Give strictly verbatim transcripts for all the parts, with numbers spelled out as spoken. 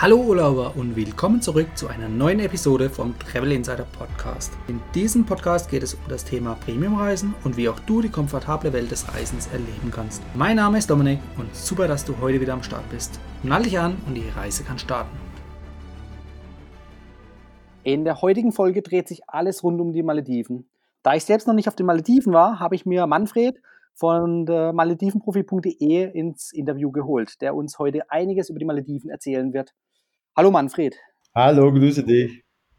Hallo Urlauber und willkommen zurück zu einer neuen Episode vom Travel Insider Podcast. In diesem Podcast geht es um das Thema Premiumreisen und wie auch du die komfortable Welt des Reisens erleben kannst. Mein Name ist Dominik und super, dass du heute wieder am Start bist. Nall dich an und die Reise kann starten. In der heutigen Folge dreht sich alles rund um die Malediven. Da ich selbst noch nicht auf den Malediven war, habe ich mir Manfred von der maledivenprofi punkt de ins Interview geholt, der uns heute einiges über die Malediven erzählen wird. Hallo Manfred. Hallo, grüße dich.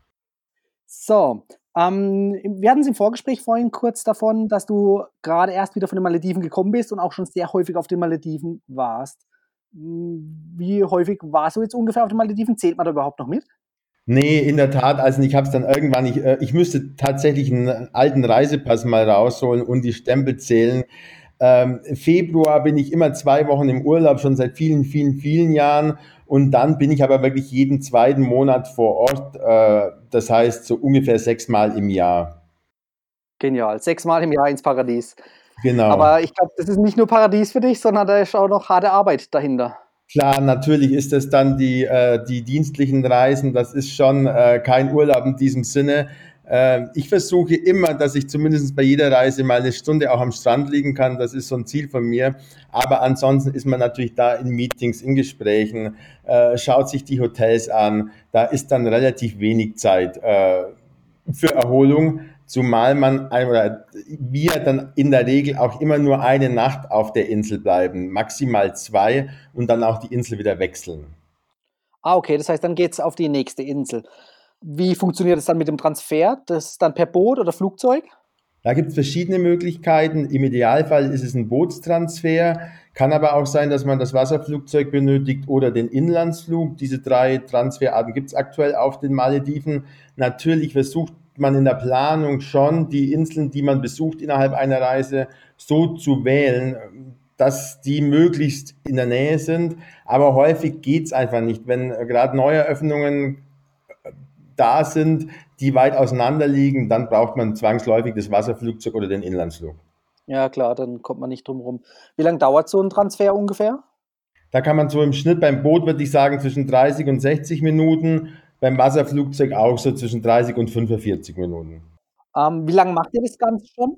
So, ähm, wir hatten es im Vorgespräch vorhin kurz davon, dass du gerade erst wieder von den Malediven gekommen bist und auch schon sehr häufig auf den Malediven warst. Wie häufig warst du jetzt ungefähr auf den Malediven? Zählt man da überhaupt noch mit? Nee, in der Tat, also ich habe es dann irgendwann, ich, ich müsste tatsächlich einen alten Reisepass mal rausholen und die Stempel zählen. Ähm, Februar bin ich immer zwei Wochen im Urlaub, schon seit vielen, vielen, vielen Jahren. Und dann bin ich aber wirklich jeden zweiten Monat vor Ort, äh, das heißt so ungefähr sechsmal im Jahr. Genial, sechsmal im Jahr ins Paradies. Genau. Aber ich glaube, das ist nicht nur Paradies für dich, sondern da ist auch noch harte Arbeit dahinter. Klar, natürlich ist das dann die, äh, die dienstlichen Reisen, das ist schon äh, kein Urlaub in diesem Sinne. Äh, ich versuche immer, dass ich zumindest bei jeder Reise mal eine Stunde auch am Strand liegen kann, das ist so ein Ziel von mir. Aber ansonsten ist man natürlich da in Meetings, in Gesprächen, äh, schaut sich die Hotels an, da ist dann relativ wenig Zeit äh, für Erholung. Zumal man, oder wir dann in der Regel auch immer nur eine Nacht auf der Insel bleiben, maximal zwei und dann auch die Insel wieder wechseln. Ah, okay, das heißt, dann geht's auf die nächste Insel. Wie funktioniert es dann mit dem Transfer? Das ist dann per Boot oder Flugzeug? Da gibt es verschiedene Möglichkeiten. Im Idealfall ist es ein Bootstransfer, kann aber auch sein, dass man das Wasserflugzeug benötigt oder den Inlandsflug. Diese drei Transferarten gibt es aktuell auf den Malediven. Natürlich versucht man in der Planung schon, die Inseln, die man besucht innerhalb einer Reise, so zu wählen, dass die möglichst in der Nähe sind. Aber häufig geht's einfach nicht. Wenn gerade Neueröffnungen da sind, die weit auseinander liegen, dann braucht man zwangsläufig das Wasserflugzeug oder den Inlandsflug. Ja klar, dann kommt man nicht drum rum. Wie lange dauert so ein Transfer ungefähr? Da kann man so im Schnitt beim Boot, würde ich sagen, zwischen dreißig und sechzig Minuten, beim Wasserflugzeug auch so zwischen dreißig und fünfundvierzig Minuten. Ähm, wie lange macht ihr das Ganze schon?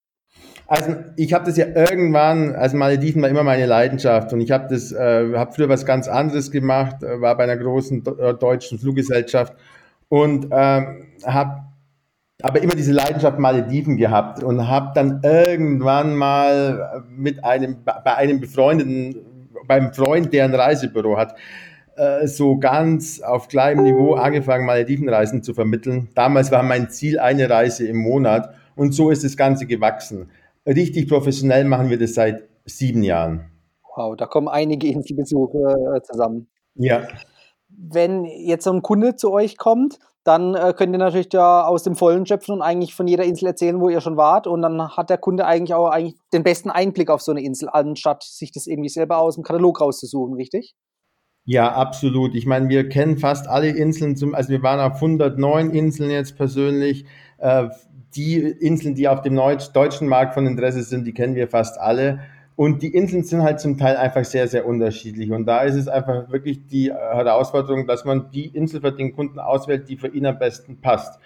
Also ich habe das ja irgendwann, also Malediven war immer meine Leidenschaft und ich habe das, äh, habe früher was ganz anderes gemacht, äh, war bei einer großen äh, deutschen Fluggesellschaft und ähm, habe aber immer diese Leidenschaft Malediven gehabt und habe dann irgendwann mal mit einem, bei einem befreundeten, beim Freund, der ein Reisebüro hat, äh, so ganz auf kleinem Niveau angefangen, Maledivenreisen zu vermitteln. Damals war mein Ziel eine Reise im Monat und so ist das Ganze gewachsen. Richtig professionell machen wir das seit sieben Jahren. Wow, da kommen einige Inselbesuche äh, zusammen. Ja. Wenn jetzt so ein Kunde zu euch kommt, dann äh, könnt ihr natürlich da aus dem Vollen schöpfen und eigentlich von jeder Insel erzählen, wo ihr schon wart. Und dann hat der Kunde eigentlich auch eigentlich den besten Einblick auf so eine Insel, anstatt sich das irgendwie selber aus dem Katalog rauszusuchen, richtig? Ja, absolut. Ich meine, wir kennen fast alle Inseln, zum, also wir waren auf hundertneun Inseln jetzt persönlich. Äh, die Inseln, die auf dem deutschen Markt von Interesse sind, die kennen wir fast alle. Und die Inseln sind halt zum Teil einfach sehr, sehr unterschiedlich. Und da ist es einfach wirklich die Herausforderung, dass man die Insel für den Kunden auswählt, die für ihn am besten passt.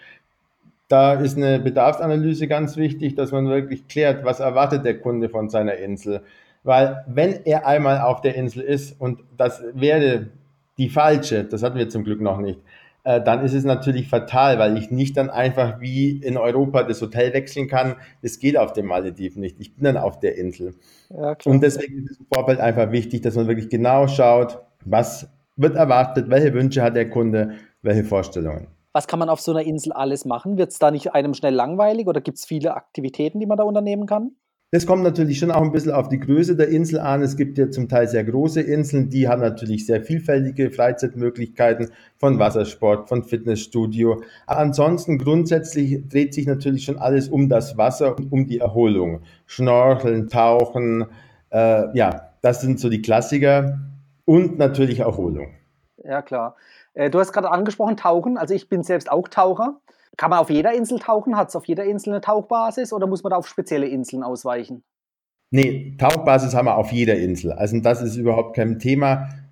Da ist eine Bedarfsanalyse ganz wichtig, dass man wirklich klärt, was erwartet der Kunde von seiner Insel. Weil wenn er einmal auf der Insel ist und das wäre die falsche, das hatten wir zum Glück noch nicht, äh, dann ist es natürlich fatal, weil ich nicht dann einfach wie in Europa das Hotel wechseln kann. Das geht auf dem Malediven nicht. Ich bin dann auf der Insel. Ja, klar. Und deswegen ist es im Vorfeld einfach wichtig, dass man wirklich genau schaut, was wird erwartet, welche Wünsche hat der Kunde, welche Vorstellungen. Was kann man auf so einer Insel alles machen? Wird es da nicht einem schnell langweilig oder gibt es viele Aktivitäten, die man da unternehmen kann? Das kommt natürlich schon auch ein bisschen auf die Größe der Insel an. Es gibt ja zum Teil sehr große Inseln, die haben natürlich sehr vielfältige Freizeitmöglichkeiten von Wassersport, von Fitnessstudio. Ansonsten grundsätzlich dreht sich natürlich schon alles um das Wasser und um die Erholung. Schnorcheln, Tauchen, äh, ja, das sind so die Klassiker und natürlich Erholung. Ja, klar. Äh, du hast gerade angesprochen, Tauchen. Also ich bin selbst auch Taucher. Kann man auf jeder Insel tauchen? Hat es auf jeder Insel eine Tauchbasis oder muss man da auf spezielle Inseln ausweichen? Nee, Tauchbasis haben wir auf jeder Insel. Also das ist überhaupt kein Thema.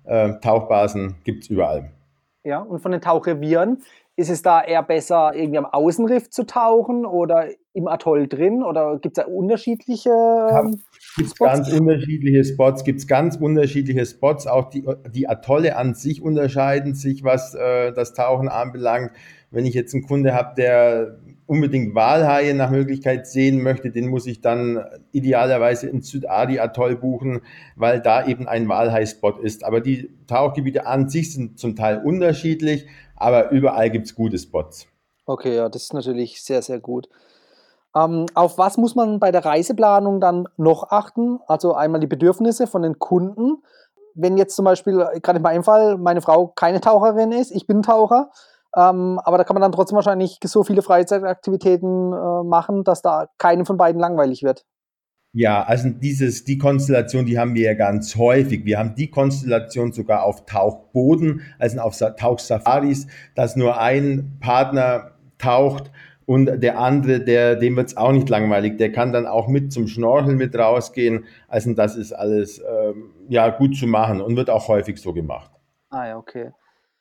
Äh, Tauchbasen gibt es überall. Ja, und von den Tauchrevieren, ist es da eher besser, irgendwie am Außenriff zu tauchen oder im Atoll drin? Oder gibt es da unterschiedliche ähm, Gibt es Spots? ganz unterschiedliche Spots, gibt es ganz unterschiedliche Spots. Auch die, die Atolle an sich unterscheiden sich, was äh, das Tauchen anbelangt. Wenn ich jetzt einen Kunde habe, der unbedingt Walhaie nach Möglichkeit sehen möchte, den muss ich dann idealerweise in Südadi-Atoll buchen, weil da eben ein Walhai-Spot ist. Aber die Tauchgebiete an sich sind zum Teil unterschiedlich, aber überall gibt es gute Spots. Okay, ja, das ist natürlich sehr, sehr gut. Ähm, auf was muss man bei der Reiseplanung dann noch achten? Also einmal die Bedürfnisse von den Kunden. Wenn jetzt zum Beispiel, äh, gerade in meinem Fall, meine Frau keine Taucherin ist, ich bin Taucher, ähm, aber da kann man dann trotzdem wahrscheinlich so viele Freizeitaktivitäten äh, machen, dass da keine von beiden langweilig wird. Ja, also dieses, die Konstellation, die haben wir ja ganz häufig. Wir haben die Konstellation sogar auf Tauchbooten, also auf Sa- Tauchsafaris, dass nur ein Partner taucht und der andere, der, dem wird's auch nicht langweilig. Der kann dann auch mit zum Schnorcheln mit rausgehen. Also das ist alles ähm, ja gut zu machen und wird auch häufig so gemacht. Ah ja, okay.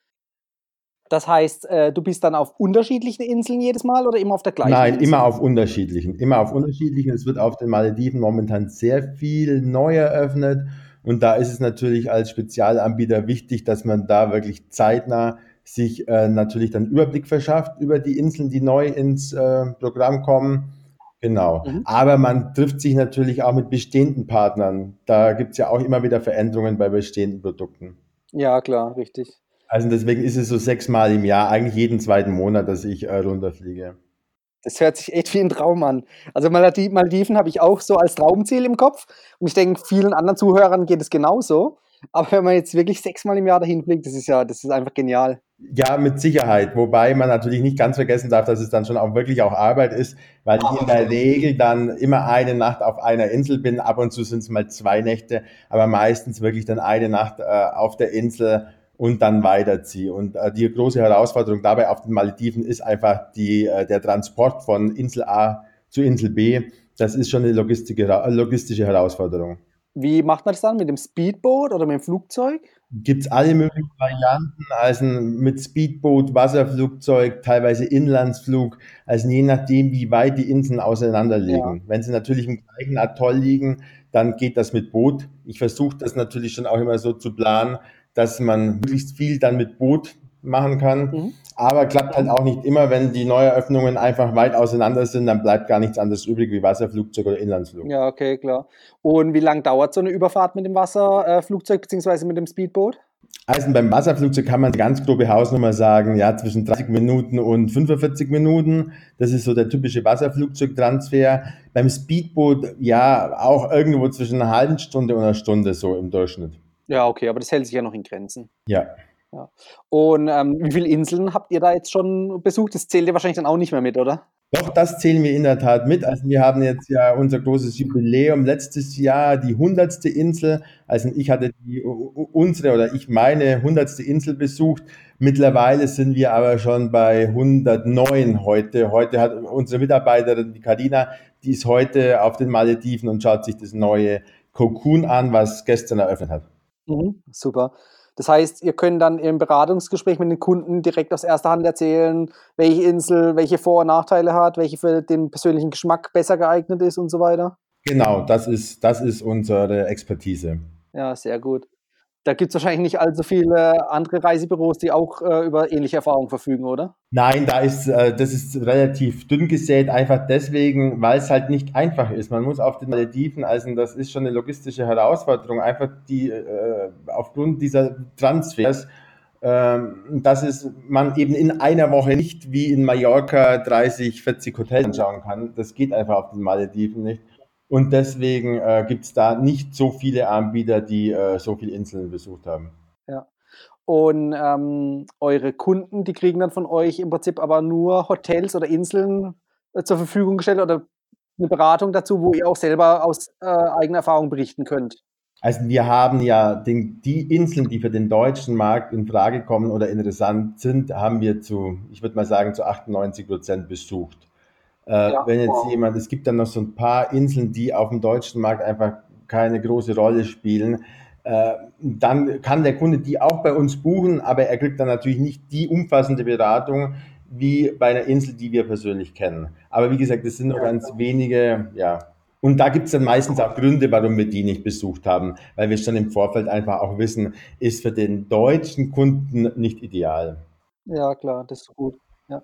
Das heißt, äh, du bist dann auf unterschiedlichen Inseln jedes Mal oder immer auf der gleichen Nein, Insel? immer auf unterschiedlichen, immer auf unterschiedlichen. Es wird auf den Malediven momentan sehr viel neu eröffnet und da ist es natürlich als Spezialanbieter wichtig, dass man da wirklich zeitnah sich äh, natürlich dann Überblick verschafft über die Inseln, die neu ins äh, Programm kommen. Genau. Mhm. Aber man trifft sich natürlich auch mit bestehenden Partnern. Da gibt es ja auch immer wieder Veränderungen bei bestehenden Produkten. Ja, klar, richtig. Also deswegen ist es so sechsmal im Jahr, eigentlich jeden zweiten Monat, dass ich äh, runterfliege. Das hört sich echt wie ein Traum an. Also Maledi- Malediven habe ich auch so als Traumziel im Kopf und ich denke, vielen anderen Zuhörern geht es genauso. Aber wenn man jetzt wirklich sechsmal im Jahr dahin fliegt, das ist ja, das ist einfach genial. Ja, mit Sicherheit. Wobei man natürlich nicht ganz vergessen darf, dass es dann schon auch wirklich auch Arbeit ist, weil ich in der Regel dann immer eine Nacht auf einer Insel bin. Ab und zu sind es mal zwei Nächte, aber meistens wirklich dann eine Nacht äh, auf der Insel und dann weiterziehe. Und äh, die große Herausforderung dabei auf den Malediven ist einfach die, äh, der Transport von Insel A zu Insel B. Das ist schon eine logistische, logistische Herausforderung. Wie macht man das dann? Mit dem Speedboot oder mit dem Flugzeug? Gibt's alle möglichen Varianten, also mit Speedboot, Wasserflugzeug, teilweise Inlandsflug, also je nachdem, wie weit die Inseln auseinander Ja. liegen. Wenn sie natürlich im gleichen Atoll liegen, dann geht das mit Boot. Ich versuche das natürlich schon auch immer so zu planen, dass man möglichst viel dann mit Boot machen kann. Mhm. Aber klappt halt auch nicht immer, wenn die Neueröffnungen einfach weit auseinander sind, dann bleibt gar nichts anderes übrig wie Wasserflugzeug oder Inlandsflug. Ja, okay, klar. Und wie lang dauert so eine Überfahrt mit dem Wasserflugzeug bzw. mit dem Speedboot? Also beim Wasserflugzeug kann man eine ganz grobe Hausnummer sagen, ja, zwischen dreißig Minuten und fünfundvierzig Minuten. Das ist so der typische Wasserflugzeugtransfer. Beim Speedboot, ja, auch irgendwo zwischen einer halben Stunde und einer Stunde so im Durchschnitt. Ja, okay, aber das hält sich ja noch in Grenzen. Ja. Ja. Und ähm, wie viele Inseln habt ihr da jetzt schon besucht? Das zählt ihr wahrscheinlich dann auch nicht mehr mit, oder? Doch, das zählen wir in der Tat mit. Also wir haben jetzt ja unser großes Jubiläum letztes Jahr, die hundertste Insel. Also ich hatte die, unsere oder ich meine hundertste Insel besucht. Mittlerweile sind wir aber schon bei hundertneun heute. Heute hat unsere Mitarbeiterin, die Karina, die ist heute auf den Malediven und schaut sich das neue Cocoon an, was gestern eröffnet hat. Mhm, super. Das heißt, ihr könnt dann im Beratungsgespräch mit den Kunden direkt aus erster Hand erzählen, welche Insel welche Vor- und Nachteile hat, welche für den persönlichen Geschmack besser geeignet ist und so weiter? Genau, das ist, das ist unsere Expertise. Ja, sehr gut. Da gibt es wahrscheinlich nicht allzu viele andere Reisebüros, die auch äh, über ähnliche Erfahrungen verfügen, oder? Nein, da ist, äh, das ist relativ dünn gesät, einfach deswegen, weil es halt nicht einfach ist. Man muss auf den Malediven, also das ist schon eine logistische Herausforderung, einfach die äh, aufgrund dieser Transfers, ähm, dass es man eben in einer Woche nicht wie in Mallorca dreißig, vierzig Hotels anschauen kann. Das geht einfach auf den Malediven nicht. Und deswegen äh, gibt es da nicht so viele Anbieter, die äh, so viele Inseln besucht haben. Ja. Und ähm, eure Kunden, die kriegen dann von euch im Prinzip aber nur Hotels oder Inseln äh, zur Verfügung gestellt oder eine Beratung dazu, wo ihr auch selber aus äh, eigener Erfahrung berichten könnt. Also wir haben ja den, die Inseln, die für den deutschen Markt in Frage kommen oder interessant sind, haben wir zu, ich würde mal sagen, zu achtundneunzig Prozent besucht. Äh, Ja. wenn jetzt jemand, es gibt dann noch so ein paar Inseln, die auf dem deutschen Markt einfach keine große Rolle spielen. äh, dann kann der Kunde die auch bei uns buchen, aber er kriegt dann natürlich nicht die umfassende Beratung wie bei einer Insel, die wir persönlich kennen. Aber wie gesagt, das sind nur ganz wenige, ja. Und da gibt es dann meistens auch Gründe, warum wir die nicht besucht haben, weil wir schon im Vorfeld einfach auch wissen, ist für den deutschen Kunden nicht ideal. Ja, klar, das ist gut. Ja.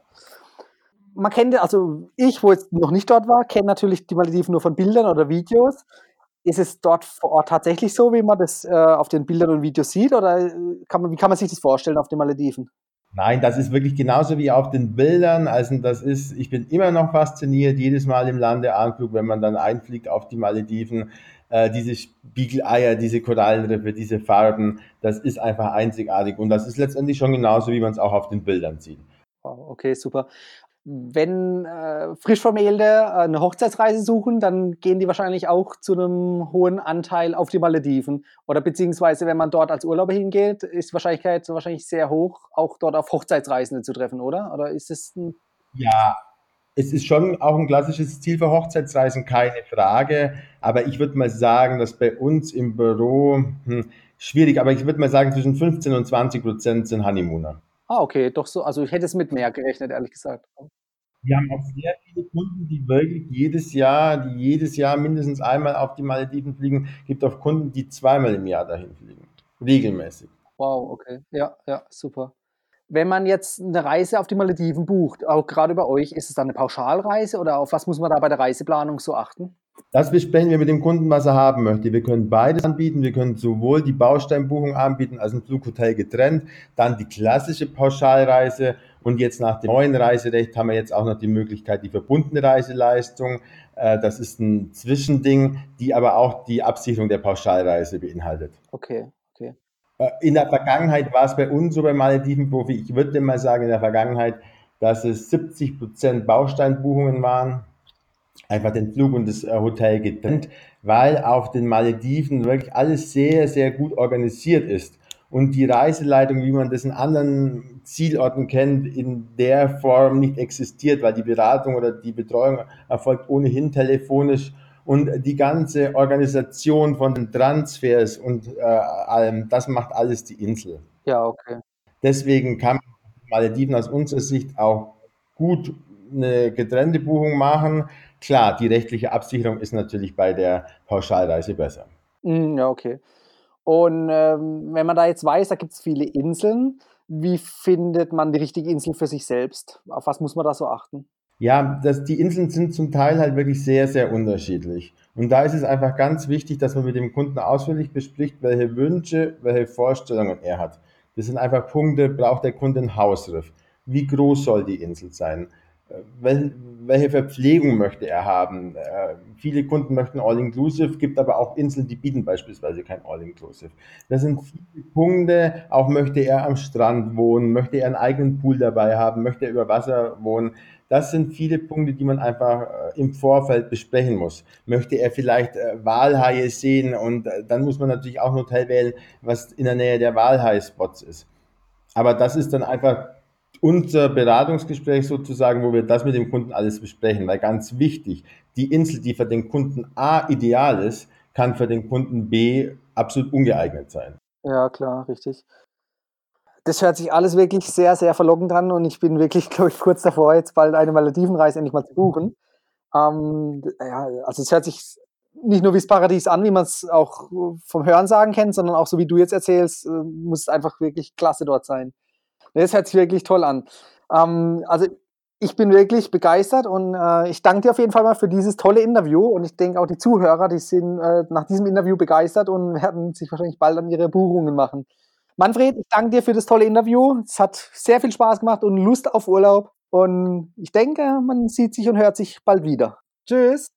Man kennt ja, also ich, wo jetzt noch nicht dort war, kenne natürlich die Malediven nur von Bildern oder Videos. Ist es dort vor Ort tatsächlich so, wie man das äh, auf den Bildern und Videos sieht, oder kann man, wie kann man sich das vorstellen auf den Malediven? Nein, das ist wirklich genauso wie auf den Bildern. Also das ist, ich bin immer noch fasziniert, jedes Mal im Landeanflug, wenn man dann einfliegt auf die Malediven, äh, diese Spiegeleier, diese Korallenriffe, diese Farben, das ist einfach einzigartig. Und das ist letztendlich schon genauso, wie man es auch auf den Bildern sieht. Wow, okay, super. Wenn äh, Frischvermählte eine Hochzeitsreise suchen, dann gehen die wahrscheinlich auch zu einem hohen Anteil auf die Malediven. Oder beziehungsweise, wenn man dort als Urlauber hingeht, ist die Wahrscheinlichkeit wahrscheinlich sehr hoch, auch dort auf Hochzeitsreisende zu treffen, oder? Oder ist es ein Ja, es ist schon auch ein klassisches Ziel für Hochzeitsreisen, keine Frage. Aber ich würde mal sagen, dass bei uns im Büro, hm, schwierig, aber ich würde mal sagen, zwischen fünfzehn und zwanzig Prozent sind Honeymooner. Ah, okay, doch so. Also ich hätte es mit mehr gerechnet, ehrlich gesagt. Wir haben auch sehr viele Kunden, die wirklich jedes Jahr, die jedes Jahr mindestens einmal auf die Malediven fliegen. Es gibt auch Kunden, die zweimal im Jahr dahin fliegen. Regelmäßig. Wow, okay. Ja, ja, super. Wenn man jetzt eine Reise auf die Malediven bucht, auch gerade bei euch, ist es dann eine Pauschalreise oder auf was muss man da bei der Reiseplanung so achten? Das besprechen wir mit dem Kunden, was er haben möchte. Wir können beides anbieten. Wir können sowohl die Bausteinbuchung anbieten, als ein Flughotel getrennt, dann die klassische Pauschalreise und jetzt nach dem neuen Reiserecht haben wir jetzt auch noch die Möglichkeit, die verbundene Reiseleistung. Äh, Das ist ein Zwischending, die aber auch die Absicherung der Pauschalreise beinhaltet. Okay, okay. Äh, In der Vergangenheit war es bei uns so beim Maledivenprofi, ich würde mal sagen in der Vergangenheit, dass es siebzig Prozent Bausteinbuchungen waren, einfach den Flug und das äh, Hotel getrennt, weil auf den Malediven wirklich alles sehr, sehr gut organisiert ist. Und die Reiseleitung, wie man das in anderen Zielorten kennt, in der Form nicht existiert, weil die Beratung oder die Betreuung erfolgt ohnehin telefonisch. Und die ganze Organisation von den Transfers und äh, allem, das macht alles die Insel. Ja, okay. Deswegen kann man auf den Malediven aus unserer Sicht auch gut eine getrennte Buchung machen. Klar, die rechtliche Absicherung ist natürlich bei der Pauschalreise besser. Mm, ja, okay. Und ähm, wenn man da jetzt weiß, da gibt es viele Inseln, wie findet man die richtige Insel für sich selbst? Auf was muss man da so achten? Ja, das, die Inseln sind zum Teil halt wirklich sehr, sehr unterschiedlich. Und da ist es einfach ganz wichtig, dass man mit dem Kunden ausführlich bespricht, welche Wünsche, welche Vorstellungen er hat. Das sind einfach Punkte, braucht der Kunde einen Hausriff? Wie groß soll die Insel sein? Äh, wel- Welche Verpflegung möchte er haben? Äh, Viele Kunden möchten All-Inclusive, gibt aber auch Inseln, die bieten beispielsweise kein All-Inclusive. Das sind viele Punkte, auch möchte er am Strand wohnen, möchte er einen eigenen Pool dabei haben, möchte er über Wasser wohnen. Das sind viele Punkte, die man einfach äh, im Vorfeld besprechen muss. Möchte er vielleicht äh, Walhaie sehen und äh, dann muss man natürlich auch ein Hotel wählen, was in der Nähe der Walhaie-Spots ist. Aber das ist dann einfach unser Beratungsgespräch sozusagen, wo wir das mit dem Kunden alles besprechen, weil ganz wichtig, die Insel, die für den Kunden A ideal ist, kann für den Kunden B absolut ungeeignet sein. Ja, klar, richtig. Das hört sich alles wirklich sehr, sehr verlockend an und ich bin wirklich, glaube ich, kurz davor, jetzt bald eine Maledivenreise endlich mal zu buchen. Ähm, ja, also es hört sich nicht nur wie das Paradies an, wie man es auch vom Hörensagen kennt, sondern auch so wie du jetzt erzählst, äh, muss es einfach wirklich klasse dort sein. Das hört sich wirklich toll an. Ähm, also ich bin wirklich begeistert und äh, ich danke dir auf jeden Fall mal für dieses tolle Interview und ich denke auch die Zuhörer, die sind äh, nach diesem Interview begeistert und werden sich wahrscheinlich bald an ihre Buchungen machen. Manfred, ich danke dir für das tolle Interview. Es hat sehr viel Spaß gemacht und Lust auf Urlaub und ich denke, man sieht sich und hört sich bald wieder. Tschüss!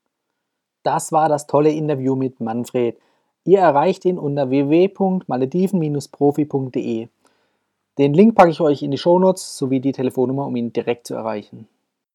Das war das tolle Interview mit Manfred. Ihr erreicht ihn unter w w w punkt malediven Bindestrich profi punkt d e. Den Link packe ich euch in die Shownotes sowie die Telefonnummer, um ihn direkt zu erreichen.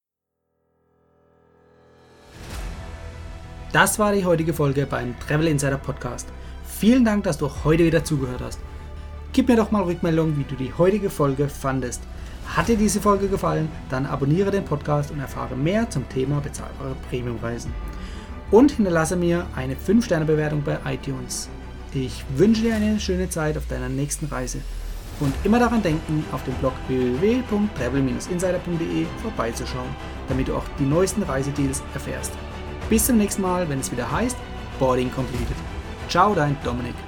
Das war die heutige Folge beim Travel Insider Podcast. Vielen Dank, dass du heute wieder zugehört hast. Gib mir doch mal Rückmeldung, wie du die heutige Folge fandest. Hat dir diese Folge gefallen, dann abonniere den Podcast und erfahre mehr zum Thema bezahlbare Premiumreisen. Und hinterlasse mir eine fünf Sterne Bewertung bei iTunes. Ich wünsche dir eine schöne Zeit auf deiner nächsten Reise und immer daran denken, auf dem Blog w w w punkt travel Bindestrich insider punkt de vorbeizuschauen, damit du auch die neuesten Reisedeals erfährst. Bis zum nächsten Mal, wenn es wieder heißt Boarding Completed. Ciao, dein Dominik.